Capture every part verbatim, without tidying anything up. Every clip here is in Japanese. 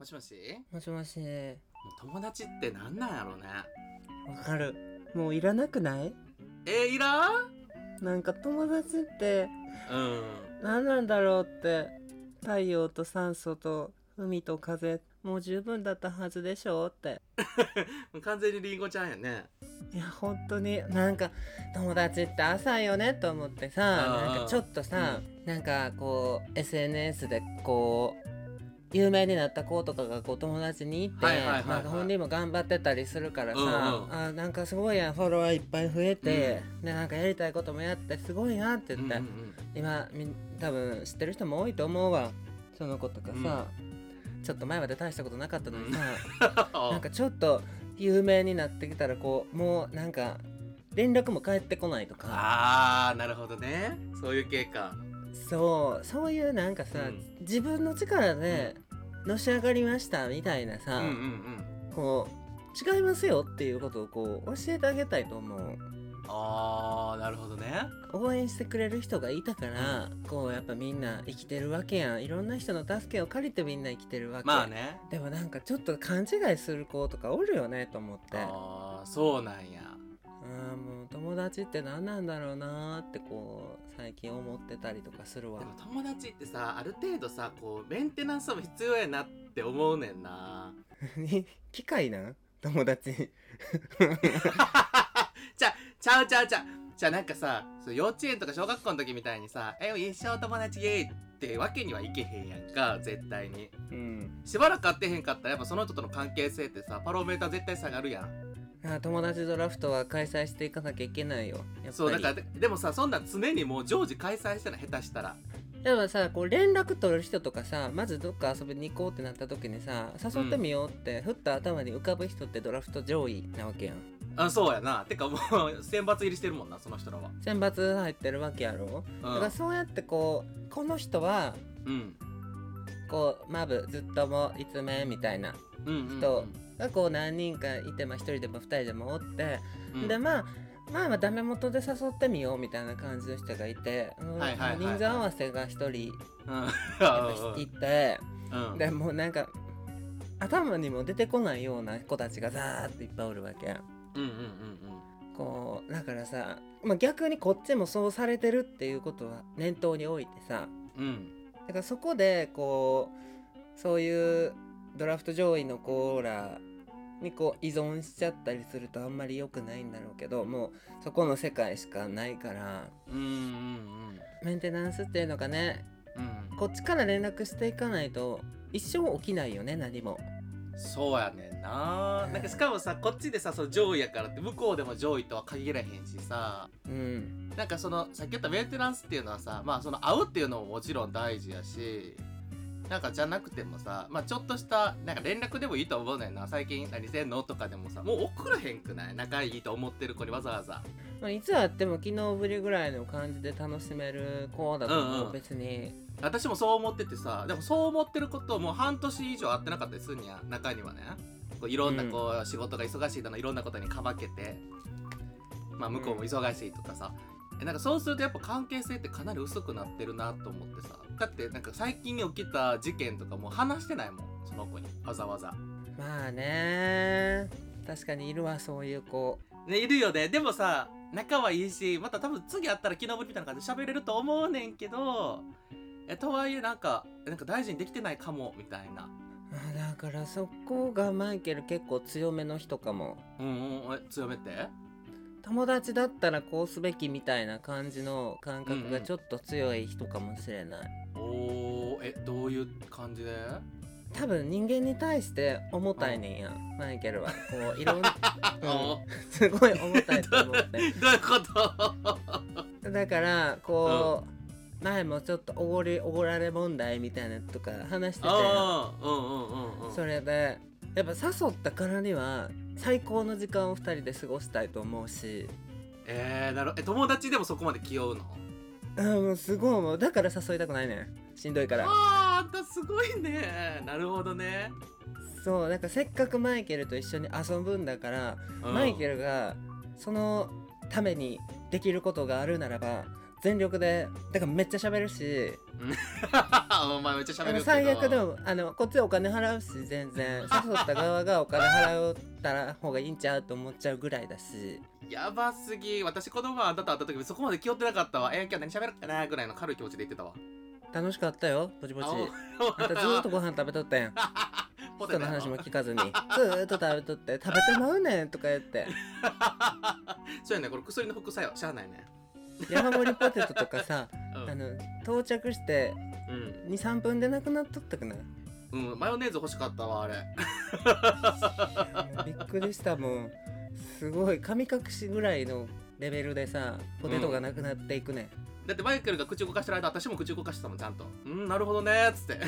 もしもし。 もしもし。 もう友達ってなんなんやろうね。 わかる。もういらなくない？ えー、いらん。 なんか友達ってうん何なんだろうって。太陽と酸素と海と風、もう十分だったはずでしょって。 完全にリンゴちゃんやね。 いや本当になんか友達って浅いよねと思ってさ、なんかちょっとさ、うん、なんかこう エスエヌエス でこう有名になった子とかがこう友達にいて、本人も頑張ってたりするからさ、うんうん、あなんかすごいやん、フォロワーいっぱい増えて、うん、でなんかやりたいこともやってすごいなって言って、うんうんうん、今多分知ってる人も多いと思うわ、その子とかさ、うん、ちょっと前まで大したことなかったのにさ、うん、なんかちょっと有名になってきたらこうもうなんか連絡も返ってこないとか。 あーなるほどね、そういう系か。 そうそういうなんかさ、うん、自分の力でのし上がりましたみたいなさ、うんうんうん、こう違いますよっていうことをこう教えてあげたいと思う。 あーなるほどね。 応援してくれる人がいたから、うん、こうやっぱみんな生きてるわけやん。いろんな人の助けを借りてみんな生きてるわけ。 まあね。 でもなんかちょっと勘違いする子とかおるよねと思って。 あーそうなんや。 あもう友達って何なんだろうなってこう最近思ってたりとかするわ。 でも友達ってさ、ある程度さこうメンテナンスも必要やなって思うねんな。 機械なん友達じゃちゃうちゃうちゃうじゃあなんかさ、幼稚園とか小学校の時みたいにさ、え一生友達イエーイってわけにはいけへんやんか、絶対に、うん、しばらく会ってへんかったらやっぱその人との関係性ってさ、パロメーター絶対下がるやん。 あ友達ドラフトは開催していかなきゃいけないよ、やっぱり。 そうだから で, でもさ、そんなん常にもう常時開催してな、下手したら。 でもさ、こう連絡取る人とかさ、まずどっか遊びに行こうってなった時にさ、誘ってみようってふっと頭に浮かぶ人ってドラフト上位なわけやん。 あそうやな。てかもう選抜入りしてるもんな、その人らは。 選抜入ってるわけやろ、うん、だからそうやってこうこの人は、うん、こうマブずっともいつめみたいな人、うんうんうんがこう何人かいて、まあ、ひとりでもふたりでもおって、うん、でまあまあまあダメ元で誘ってみようみたいな感じの人がいて、人数合わせがひとりいて、うん、でもうなんか頭にも出てこないような子たちがザーっていっぱいおるわけや、うんうんうんうん、こうだからさ、まあ、逆にこっちもそうされてるっていうことは念頭に置いてさ、うん、だからそこでこうそういうドラフト上位のコーラにこう依存しちゃったりするとあんまり良くないんだろうけど、もうそこの世界しかないから、うんうんうん、メンテナンスっていうのがね、うん、こっちから連絡していかないと一生起きないよね、何も。 そうやねんな、うん、なんかしかもさ、こっちでさ、その上位やからって向こうでも上位とは限らへんしさ、うん、なんかそのさっき言ったメンテナンスっていうのはさ、まあその会うっていうのももちろん大事やし、なんかじゃなくてもさ、まあちょっとしたなんか連絡でもいいと思うねんな。最近何せんのとかでもさ、もう送らへんくない？仲いいと思ってる子にわざわざ。 まあ、いつあっても昨日ぶりぐらいの感じで楽しめる子だと思う、うんうん、別に。 私もそう思っててさ、でもそう思ってることをもう半年以上会ってなかったりするんや、中にはね。こういろんなこう、うん、仕事が忙しいだの、いろんなことにかまけて、まあ向こうも忙しいとかさ、うん、なんかそうするとやっぱ関係性ってかなり薄くなってるなと思ってさ。だってなんか最近起きた事件とかも話してないもん、その子にわざわざ。 まあね、確かにいるわ、そういう子ね、いるよね。でもさ、仲はいいし、また多分次会ったら昨日ぶりみたいな感じで喋れると思うねんけど、えとはいえなんかなんか大事にできてないかもみたいな。 だからそこがマイケル結構強めの人かも。 うんうん、え強めて？ 友達だったらこうすべきみたいな感じの感覚がちょっと強い人かもしれない、うんうん、 おー、えどういう感じで？ 多分人間に対して重たいねんや、マイケルはこういろんな、うん、すごい重たいと思ってどういうことだからこう、うん、前もちょっとおごりおごられ問題みたいなとか話してて、それでやっぱ誘ったからには最高の時間をふたりで過ごしたいと思うし、 えー、なるえ友達でもそこまで気負うの？ あもうすごい思う。だから誘いたくないねん、しんどいから。 あー、あんたすごいね。なるほどね。 そう、なんかせっかくマイケルと一緒に遊ぶんだから、うん、マイケルがそのためにできることがあるならば全力でだからめっちゃ喋るしお前めっちゃ喋るけど最悪でもあのこっちお金払うし全然誘った側がお金払ったら方がいいんちゃうと思っちゃうぐらいだしやばすぎ。私この前あんたと会った時そこまで気負ってなかったわ。えー、今日何喋るかなぐらいの軽い気持ちで言ってたわ。 楽しかったよぼちぼち。あんたずーっとご飯食べとったやん人の話も聞かずにずーっと食べとって食べてまうねんとか言ってそうやね、これ薬の副作用しゃあないね。 山盛りポテトとかさ、 うん、 あの到着して、うん、にさんぷんでなくなっとったかな。 うん、マヨネーズ欲しかったわあれびっくりしたもん。すごい神隠しぐらいのレベルでさポテトがなくなっていくね、 うん、だってマイケルが口動かしてる間私も口動かしてたもんちゃんと。うんなるほどねーっつって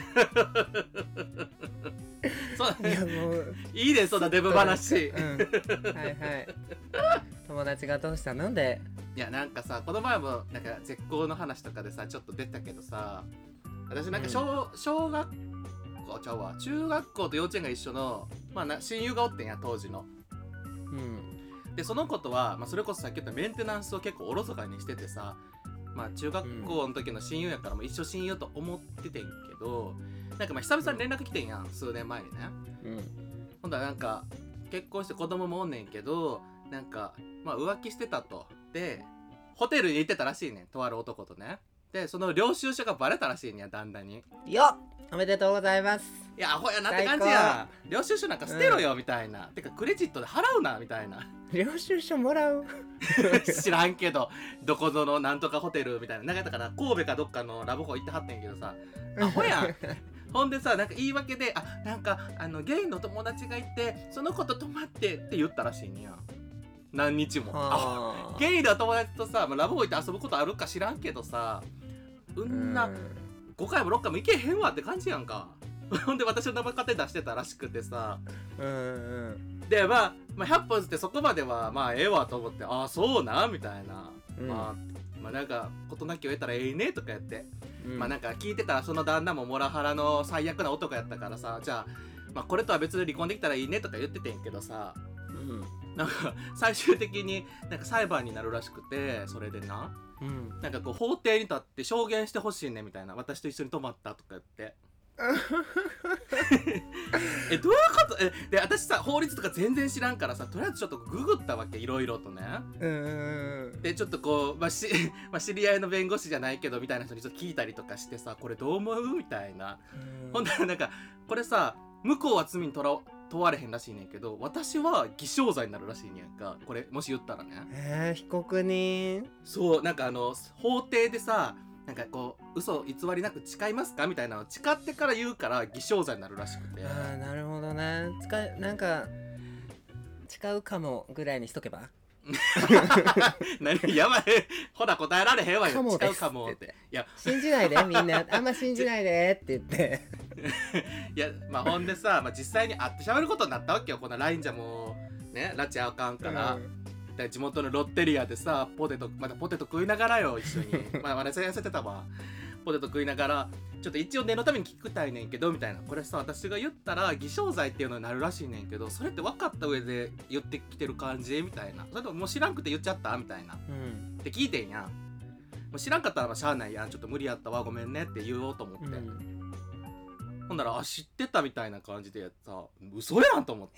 そういやもういいねそんなデブ話、うん、はいはい友達がどうしたのでいやなんかさこの前もなんか絶好の話とかでさちょっと出たけどさ私なんか 小,、うん、小学校ちゃうわ中学校と幼稚園が一緒の、まあ、な親友がおってんや当時の。うんでその子とは、まあ、それこそさっき言ったメンテナンスを結構おろそかにしててさ、まあ、中学校の時の親友やからもう一生親友と思っててんけどなんかまあ久々に連絡来てんやん数年前にね、うん、ほんだらなんか結婚して子供もおんねんけどなんかまあ浮気してたとでホテルに行ってたらしいねんとある男とね。でその領収書がバレたらしいねんや旦那に。 よっおめでとうございます。 いやアホやなって感じや。領収書なんか捨てろよみたいな、うん、てかクレジットで払うなみたいな。 領収書もらう知らんけどどこぞのなんとかホテルみたいななんかやったかな神戸かどっかのラブホ行ってはってんけどさアホやんほんでさなんか言い訳であなんかあのゲイの友達がいてその子と泊まってって言ったらしいんや何日も。あゲイの友達とさ、まあ、ラブホ行って遊ぶことあるか知らんけどさうんなごかいもろっかいも行けへんわって感じやんかほんで私の名前勝手に出してたらしくてさうんうんで、まあ、まあひゃっぽんずってそこまではまあええわと思ってああそうなみたいな、うんまあ、まあなんか事なきを得たらええねとかやって、うん、まあなんか聞いてたらその旦那もモラハラの最悪な男やったからさじゃあ、まあ、これとは別で離婚できたらいいねとか言っててんけどさ、うんなんか最終的になんか裁判になるらしくてそれでな、うん、なんかこう法廷に立って証言してほしいねみたいな私と一緒に泊まったとか言ってえどういうことえで私さ法律とか全然知らんからさとりあえずちょっとググったわけいろいろとねうんでちょっとこう、まあしまあ、知り合いの弁護士じゃないけどみたいな人にちょっと聞いたりとかしてさこれどう思うみたいなほんだらなんかこれさ向こうは罪にとら問われへんらしいねんけど私は偽証罪になるらしいねんかこれもし言ったらねえー、被告人そうなんかあの法廷でさなんかこう嘘偽りなく誓いますかみたいなのを誓ってから言うから偽証罪になるらしくてああなるほどね誓いなんか誓うかもぐらいにしとけば何やばいほら答えられへんわよ誓うかもっていや信じないでみんなあんま信じないでって言っていやまあほんでさ、まあ、実際に会って喋ることになったわけよこの ライン じゃもうね拉致あかんから、うん、で地元のロッテリアでさポテトまたポテト食いながらよ一緒にまあ私は痩せてたわポテト食いながらちょっと一応念のために聞くたいねんけどみたいなこれさ私が言ったら偽証罪っていうのになるらしいねんけどそれって分かった上で言ってきてる感じみたいなそれとももう知らんくて言っちゃったみたいな、うん、って聞いてんやんもう知らんかったらまあしゃあないやんちょっと無理やったわごめんねって言おうと思って、うん、ほんならあ知ってたみたいな感じでさ嘘やんと思って、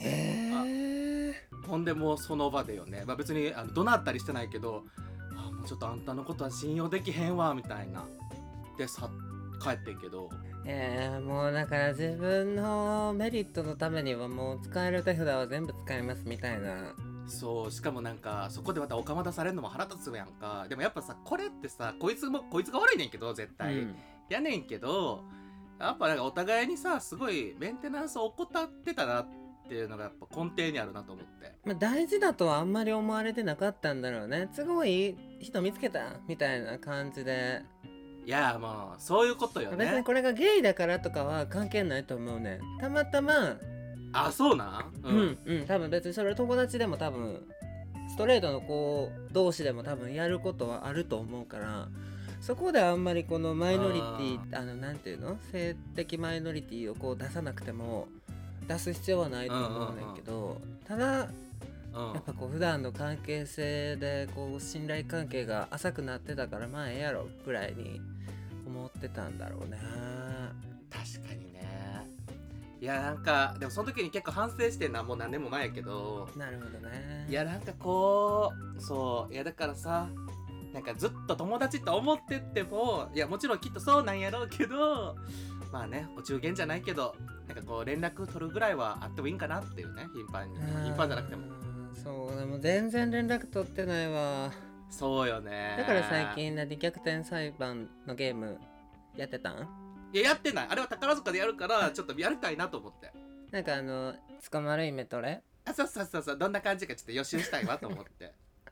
ほんでもうその場でよね、まあ、別にあの怒鳴ったりしてないけどあもうちょっとあんたのことは信用できへんわみたいなでさ帰ってんけどえー、もうだから自分のメリットのためにはもう使える手札は全部使いますみたいなそうしかもなんかそこでまたおかま出されるのも腹立つやんかでもやっぱさこれってさこいつもこいつが悪いねんけど絶対、うん、やねんけどやっぱなんかお互いにさすごいメンテナンスを怠ってたなっていうのがやっぱ根底にあるなと思って、 まあ、大事だとはあんまり思われてなかったんだろうねすごい人見つけたみたいな感じでいやまあそういうことよね別にこれがゲイだからとかは関係ないと思うねたまたまあそうなんうんうん、うん、多分別にそれ友達でも多分ストレートの子同士でも多分やることはあると思うからそこであんまりこのマイノリティあのなんていうの性的マイノリティをこう出さなくても出す必要はないと思うねんけどただうん、やっぱこう普段の関係性でこう信頼関係が浅くなってたからまあええやろぐらいに思ってたんだろうね。 確かにね。いやなんかでもその時に結構反省してんのはもう何年も前やけど。 なるほどね。 いやなんかこうそういやだからさなんかずっと友達と思ってってもいやもちろんきっとそうなんやろうけどまあねお中元じゃないけどなんかこう連絡取るぐらいはあってもいいんかなっていうね頻繁に頻繁じゃなくても。 そうでも全然連絡取ってないわ。 そうよね。 だから最近何逆転裁判のゲームやってたん？ いややってない。あれは宝塚でやるからちょっとやりたいなと思って。 なんかあの捕まるイメトレ？ あそうそうそうそうどんな感じかちょっと予習したいわと思って。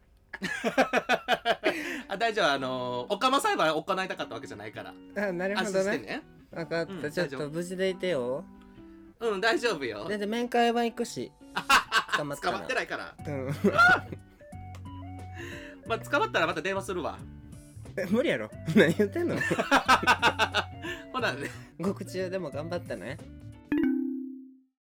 あ大丈夫あのオカマ裁判行いたかったわけじゃないから。 あなるほどね。ね分かった、うん、ちょっと無事でいてよ。 うん大丈夫よ。 で面会は行くし。捕まったら。捕まってないから。 うん。 まあ捕まったらまた電話するわ。 え無理やろ。何言ってんの？ ほらね。 獄中でも頑張ったね。